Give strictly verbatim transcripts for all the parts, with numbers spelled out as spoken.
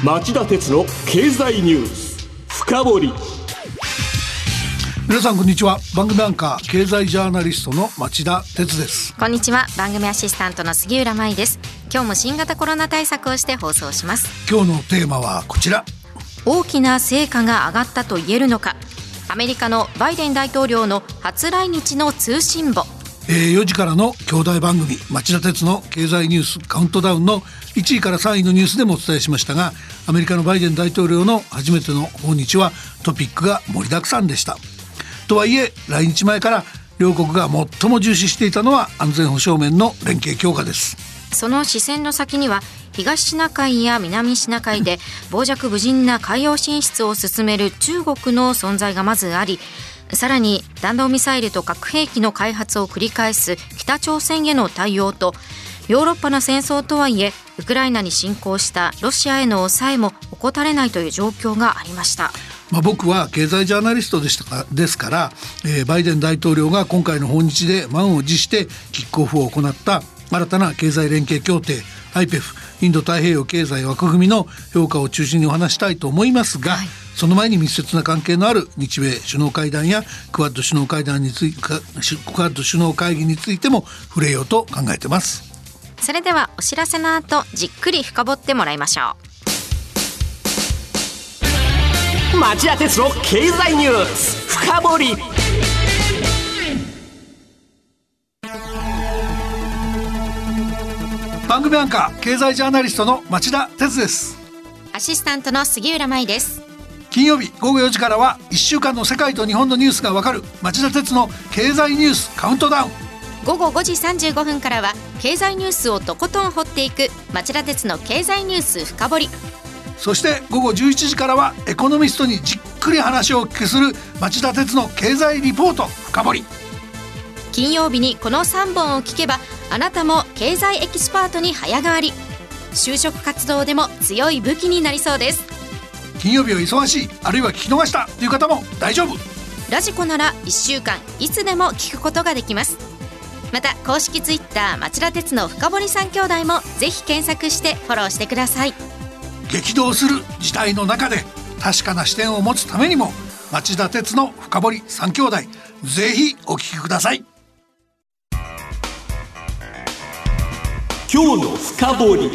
町田鉄の経済ニュース深掘り。 皆さんこんにちは。番組アンカー経済ジャーナリストの町田鉄です。 こんにちは。番組アシスタントの杉浦舞です。今日も新型コロナ対策をして放送します。 今日のテーマはこちら。 大きな成果が上がったと言えるのか。アメリカのバイデン大統領の初来日の通信簿。 えー、よじからの兄弟番組町田鉄の経済ニュースカウントダウンのいちいからさんいのニュースでもお伝えしましたが、アメリカのバイデン大統領の初めての訪日はトピックが盛りだくさんでした。とはいえ来日前から両国が最も重視していたのは安全保障面の連携強化です。 その視線の先には東シナ海や南シナ海で傍若無人な海洋進出を進める中国の存在がまずあり、さらに弾道ミサイルと核兵器の開発を繰り返す北朝鮮への対応と、ヨーロッパの戦争とはいえウクライナに侵攻したロシアへの抑えも怠れないという状況がありました。 まあ、僕は経済ジャーナリストでしたかですから、えー、バイデン大統領が今回の訪日で満を持してキックオフを行った新たな経済連携協定 アイペフ インド太平洋経済枠組みの評価を中心にお話したいと思いますが、はい、その前に密接な関係のある日米首脳会談やクアッド首脳会談についてクアッド首脳会議についても触れようと考えてます。 それではお知らせの後じっくり深掘ってもらいましょう。町田鉄の経済ニュース深掘り。 番組アンカー経済ジャーナリストの町田鉄です。 アシスタントの杉浦舞です。 金曜日午後よじからはいっしゅうかんの世界と日本のニュースがわかる町田鉄の経済ニュースカウントダウン。 午後ごじさんじゅうごふんからは経済ニュースをとことん掘っていく町田鉄の経済ニュース深掘り。 そして午後じゅういちじからはエコノミストにじっくり話をお聞きする町田鉄の経済リポート深掘り。 金曜日にこのさんぼんを聞けばあなたも経済エキスパートに早変わり。就職活動でも強い武器になりそうです。 金曜日は忙しい、あるいは聞き逃したという方も大丈夫。 ラジコならいっしゅうかんいつでも聞くことができます。また公式ツイッター町田鉄の深掘り三兄弟もぜひ検索してフォローしてください。 激動する時代の中で確かな視点を持つためにも町田鉄の深掘り三兄弟ぜひお聞きください。 今日の深掘り。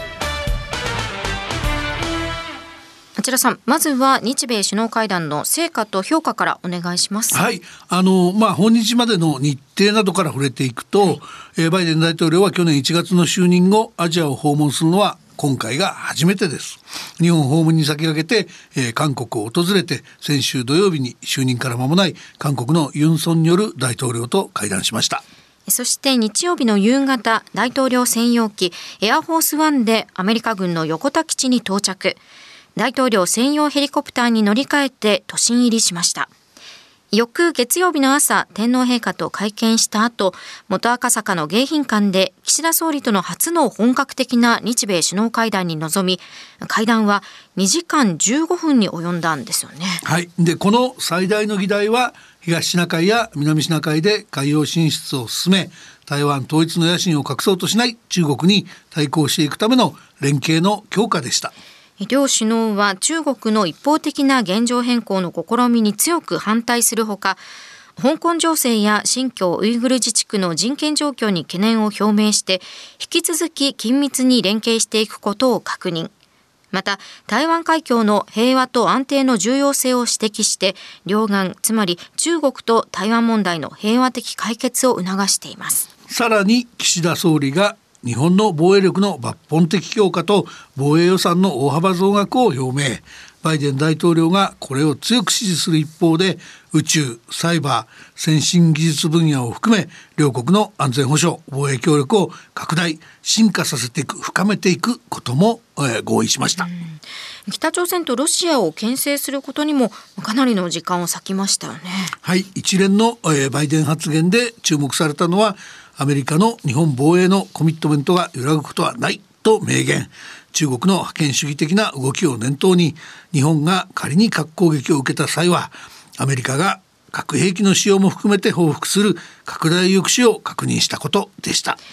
町田さん、まずは日米首脳会談の成果と評価からお願いします。 はい、あのまあ訪日までの日程などから触れていくと、はい、えー、バイデン大統領は去年いちがつの就任後アジアを訪問するのは今回が初めてです。日本訪問に先駆けて、えー、韓国を訪れて先週土曜日に就任から間もない韓国のユン・ソンニョル大統領と会談しました。 そして日曜日の夕方、大統領専用機エアフォースワンでアメリカ軍の横田基地に到着。大統領専用ヘリコプターに乗り換えて都心入りしました。翌月曜日の朝、天皇陛下と会見した後、元赤坂の迎賓館で岸田総理との初の本格的な日米首脳会談に臨み、会談はにじかんじゅうごふんに及んだんですよね。 はい、でこの最大の議題は東シナ海や南シナ海で海洋進出を進め、台湾統一の野心を隠そうとしない中国に対抗していくための連携の強化でした。 両首脳は中国の一方的な現状変更の試みに強く反対するほか、香港情勢や新疆ウイグル自治区の人権状況に懸念を表明して引き続き緊密に連携していくことを確認。また台湾海峡の平和と安定の重要性を指摘して両岸、つまり中国と台湾問題の平和的解決を促しています。 さらに岸田総理が日本の防衛力の抜本的強化と防衛予算の大幅増額を表明。バイデン大統領がこれを強く支持する一方で、宇宙、サイバー、先進技術分野を含め両国の安全保障、防衛協力を拡大、進化させていく、深めていくことも、えー、合意しました。うん、 北朝鮮とロシアを牽制することにもかなりの時間を割きましたよね。 はい、一連の、えー、バイデン発言で注目されたのはアメリカの日本防衛のコミットメントが揺らぐことはないと明言。中国の覇権主義的な動きを念頭に、日本が仮に核攻撃を受けた際はアメリカが核兵器の使用も含めて報復する拡大抑止を確認したことでした。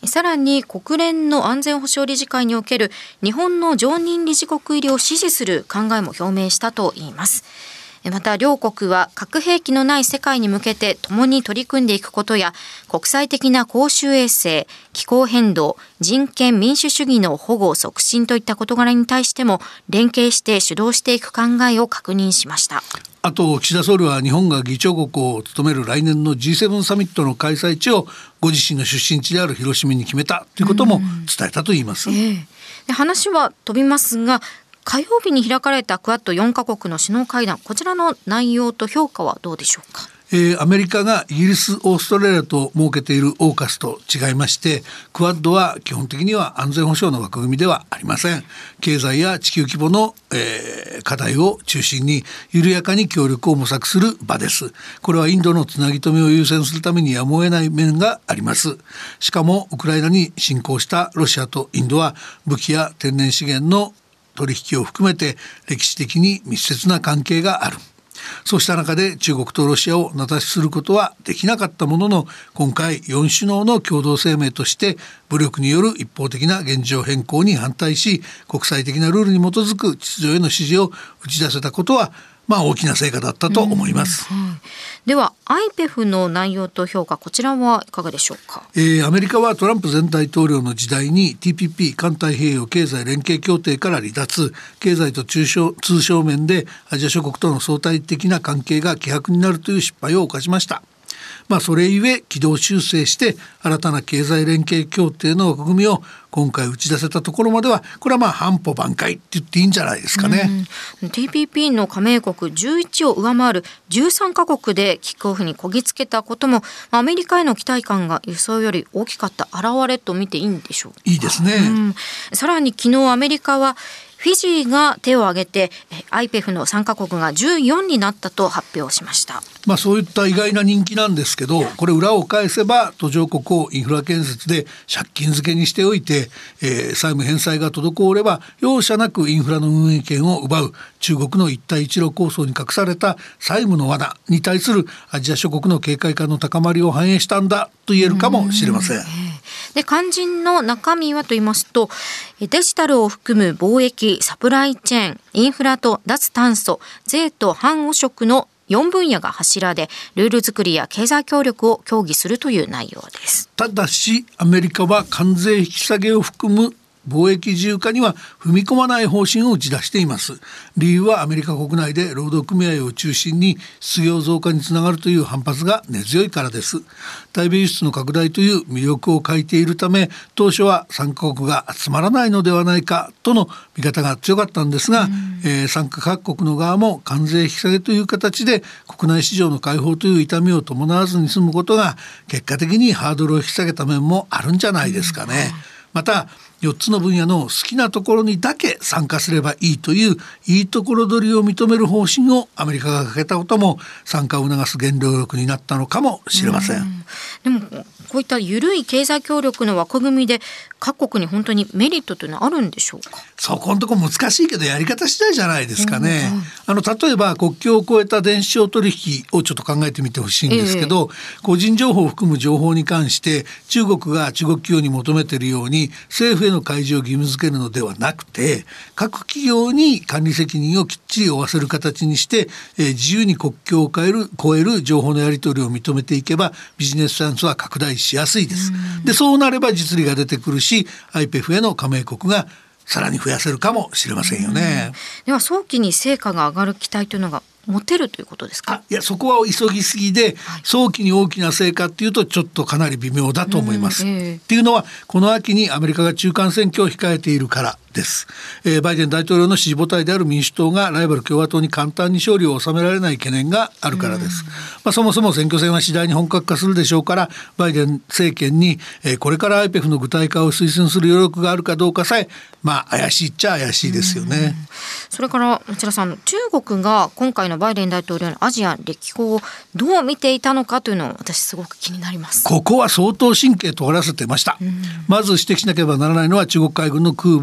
さらに国連の安全保障理事会における日本の常任理事国入りを支持する考えも表明したといいます。また両国は核兵器のない世界に向けて共に取り組んでいくことや、国際的な公衆衛生、気候変動、人権民主主義の保護促進といった事柄に対しても連携して主導していく考えを確認しました。 あと岸田総理は日本が議長国を務める来年の ジーセブン サミットの開催地をご自身の出身地である広島に決めたということも伝えたといいます。 えー、で話は飛びますが、火曜日に開かれたクアッドよんカ国の首脳会談、こちらの内容と評価はどうでしょうか。 えー、アメリカがイギリス、オーストラリアと設けているオーカスと違いまして、クアッドは基本的には安全保障の枠組みではありません。経済や地球規模の、えー、課題を中心に緩やかに協力を模索する場です。これはインドのつなぎ止めを優先するためにやむを得ない面があります。しかもウクライナに侵攻したロシアとインドは武器や天然資源の取引を含めて歴史的に密接な関係がある。そうした中で中国とロシアを名指しすることはできなかったものの、今回よん首脳の共同声明として武力による一方的な現状変更に反対し、国際的なルールに基づく秩序への支持を打ち出せたことはまあ大きな成果だったと思います。 うん、はい、では アイペフ の内容と評価、こちらはいかがでしょうか。 えー、アメリカはトランプ前大統領の時代に ティーピーピー 環太平洋経済連携協定から離脱、経済と中小通商面でアジア諸国との相対的な関係が希薄になるという失敗を犯しました。まあ、それゆえ軌道修正して新たな経済連携協定の枠組みを今回打ち出せたところまでは、これはまあ半歩挽回って言っていいんじゃないですかね。 うん、ティーピーピー の加盟国じゅういちを上回るじゅうさんカ国でキックオフにこぎつけたことも、アメリカへの期待感が予想より大きかった表れと見ていいんでしょうか。 いいですね。 うん、さらに昨日アメリカはフィジーが手を挙げて アイペフ の参加国がじゅうよんになったと発表しました。 まあ、そういった意外な人気なんですけど、これ裏を返せば途上国をインフラ建設で借金漬けにしておいて、えー、債務返済が滞れば容赦なくインフラの運営権を奪う中国の一帯一路構想に隠された債務の罠に対するアジア諸国の警戒感の高まりを反映したんだと言えるかもしれません。 で肝心の中身はと言いますと、デジタルを含む貿易、サプライチェーン、インフラと脱炭素、税と反汚職のよん分野が柱で、ルール作りや経済協力を協議するという内容です。 ただしアメリカは関税引き下げを含む貿易自由化には踏み込まない方針を打ち出しています。理由はアメリカ国内で労働組合を中心に失業増加につながるという反発が根強いからです。対米輸出の拡大という魅力を欠いているため、当初は参加国が集まらないのではないかとの見方が強かったんですが、えー、参加各国の側も関税引き下げという形で国内市場の開放という痛みを伴わずに済むことが結果的にハードルを引き下げた面もあるんじゃないですかね。またよっつの分野の好きなところにだけ参加すればいいといういいところ取りを認める方針をアメリカがかけたことも参加を促す原動力になったのかもしれません。 でもこういった緩い経済協力の枠組みで各国に本当にメリットというのはあるんでしょうか。 そこのとこ難しいけどやり方次第じゃないですかね。うん、あの例えば国境を越えた電子商取引をちょっと考えてみてほしいんですけど、えー、個人情報を含む情報に関して中国が中国企業に求めているように政府への開示を義務付けるのではなくて、各企業に管理責任をきっちり負わせる形にして、えー、自由に国境を越える、越える情報のやり取りを認めていけばビジネスチャンスは拡大しやすいです。でそうなれば実利が出てくるし アイペフ への加盟国がさらに増やせるかもしれませんよね。 では早期に成果が上がる期待というのが持てるということですか。 あいやそこは急ぎすぎで、はい、早期に大きな成果っていうとちょっとかなり微妙だと思います。えー、っていうのはこの秋にアメリカが中間選挙を控えているからです。えー、バイデン大統領の支持母体である民主党がライバル共和党に簡単に勝利を収められない懸念があるからです。まあ、そもそも選挙戦は次第に本格化するでしょうから、バイデン政権に、えー、これから アイペフ の具体化を推進する余力があるかどうかさえまあ怪しいっちゃ怪しいですよね。 それから町田さん、中国が今回のバイデン大統領のアジア歴訪をどう見ていたのかというのを私すごく気になります。 ここは相当神経尖らせてました。まず指摘しなければならないのは中国海軍の空母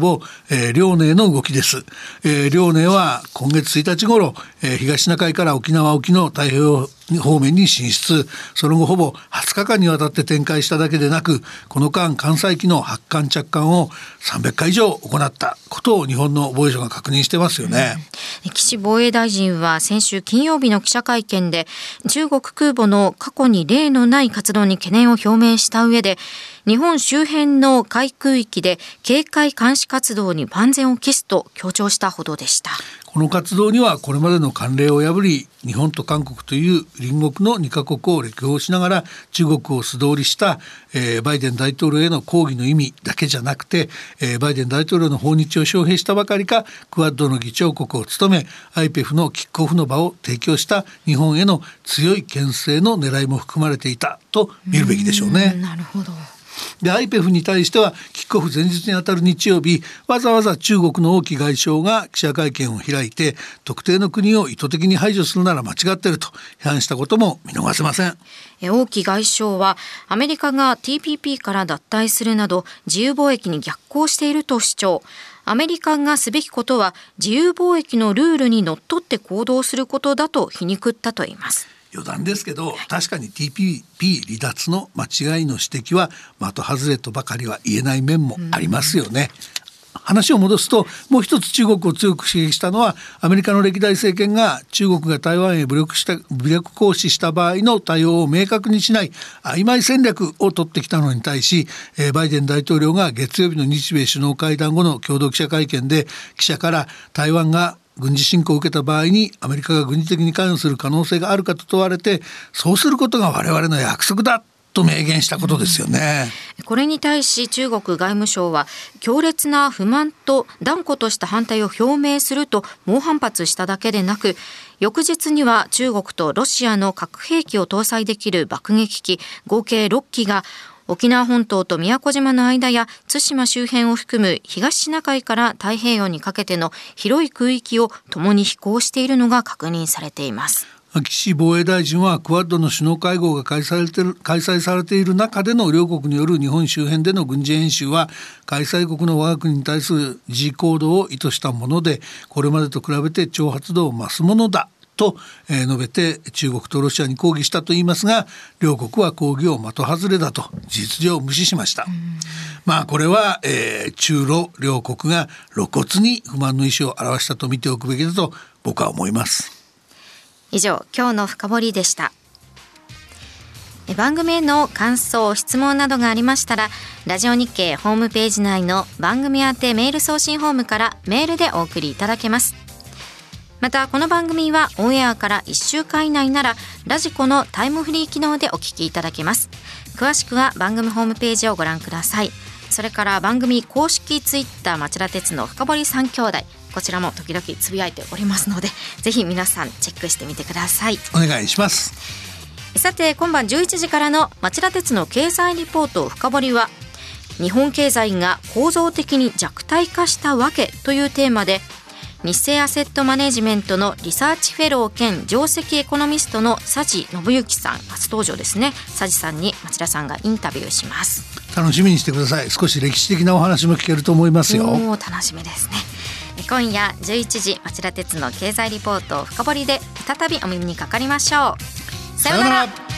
えー、遼寧の動きです。えー、遼寧は今月ついたち頃、えー、東シナ海から沖縄沖の太平洋方面に進出。その後ほぼはつかかんにわたって展開しただけでなく、この間艦載機の発艦着艦をさんびゃっかい以上行ったことを日本の防衛省が確認してますよね。 うん、岸防衛大臣は先週金曜日の記者会見で、中国空母の過去に例のない活動に懸念を表明した上で、日本周辺の海空域で警戒監視活動に万全を期すと強調したほどでした。 この活動にはこれまでの慣例を破り、日本と韓国という隣国のにカ国を歴訪しながら中国を素通りした、えー、バイデン大統領への抗議の意味だけじゃなくて、えー、バイデン大統領の訪日を招聘したばかりか、クアッドの議長国を務め アイペフ のキックオフの場を提供した日本への強い牽制の狙いも含まれていたと見るべきでしょうね。 なるほど。 で アイペフ に対してはキックオフ前日にあたる日曜日、わざわざ中国の王毅外相が記者会見を開いて、特定の国を意図的に排除するなら間違っていると批判したことも見逃せません。 王毅外相はアメリカが ティーピーピー から脱退するなど自由貿易に逆行していると主張。アメリカがすべきことは自由貿易のルールにのっとって行動することだと皮肉ったと言います。 余談ですけど、確かに ティーピーピー 離脱の間違いの指摘は的外れとばかりは言えない面もありますよね。話を戻すと、もう一つ中国を強く刺激したのは、アメリカの歴代政権が中国が台湾へ武力した武力行使した場合の対応を明確にしない曖昧戦略を取ってきたのに対し、バイデン大統領が月曜日の日米首脳会談後の共同記者会見で、記者から台湾が軍事侵攻を受けた場合にアメリカが軍事的に関与する可能性があるかと問われて、そうすることが我々の約束だと明言したことですよね。 うん、これに対し中国外務省は強烈な不満と断固とした反対を表明すると猛反発しただけでなく、翌日には中国とロシアの核兵器を搭載できる爆撃機合計ろっきが沖縄本島と宮古島の間や対馬周辺を含む東シナ海から太平洋にかけての広い空域を共に飛行しているのが確認されています。 岸防衛大臣はクアッドの首脳会合が開催されている、開催されている中での両国による日本周辺での軍事演習は、開催国の我が国に対する自治行動を意図したもので、これまでと比べて挑発度を増すものだと述べて中国とロシアに抗議したと言いますが、両国は抗議を的外れだと事実上無視しました。まあこれは、えー、中ロ両国が露骨に不満の意思を表したと見ておくべきだと僕は思います。 以上、今日の深掘りでした。番組への感想、質問などがありましたら、ラジオ日経ホームページ内の番組宛てメール送信フォームからメールでお送りいただけます。またこの番組はオンエアからいっしゅうかん以内ならラジコのタイムフリー機能でお聞きいただけます。詳しくは番組ホームページをご覧ください。それから番組公式ツイッター町田鉄の深堀三兄弟、こちらも時々つぶやいておりますので、ぜひ皆さんチェックしてみてください。 お願いします。 さて今晩じゅういちじからの町田鉄の経済リポート深堀は、日本経済が構造的に弱体化したわけというテーマで、日清アセットマネジメントのリサーチフェロー兼上席エコノミストの佐治信之さん、初登場ですね。佐治さんに町田さんがインタビューします。 楽しみにしてください。少し歴史的なお話も聞けると思いますよ。 おー、楽しみですね。今夜じゅういちじ、町田鉄の経済リポート深堀で再びお耳にかかりましょう。さようなら。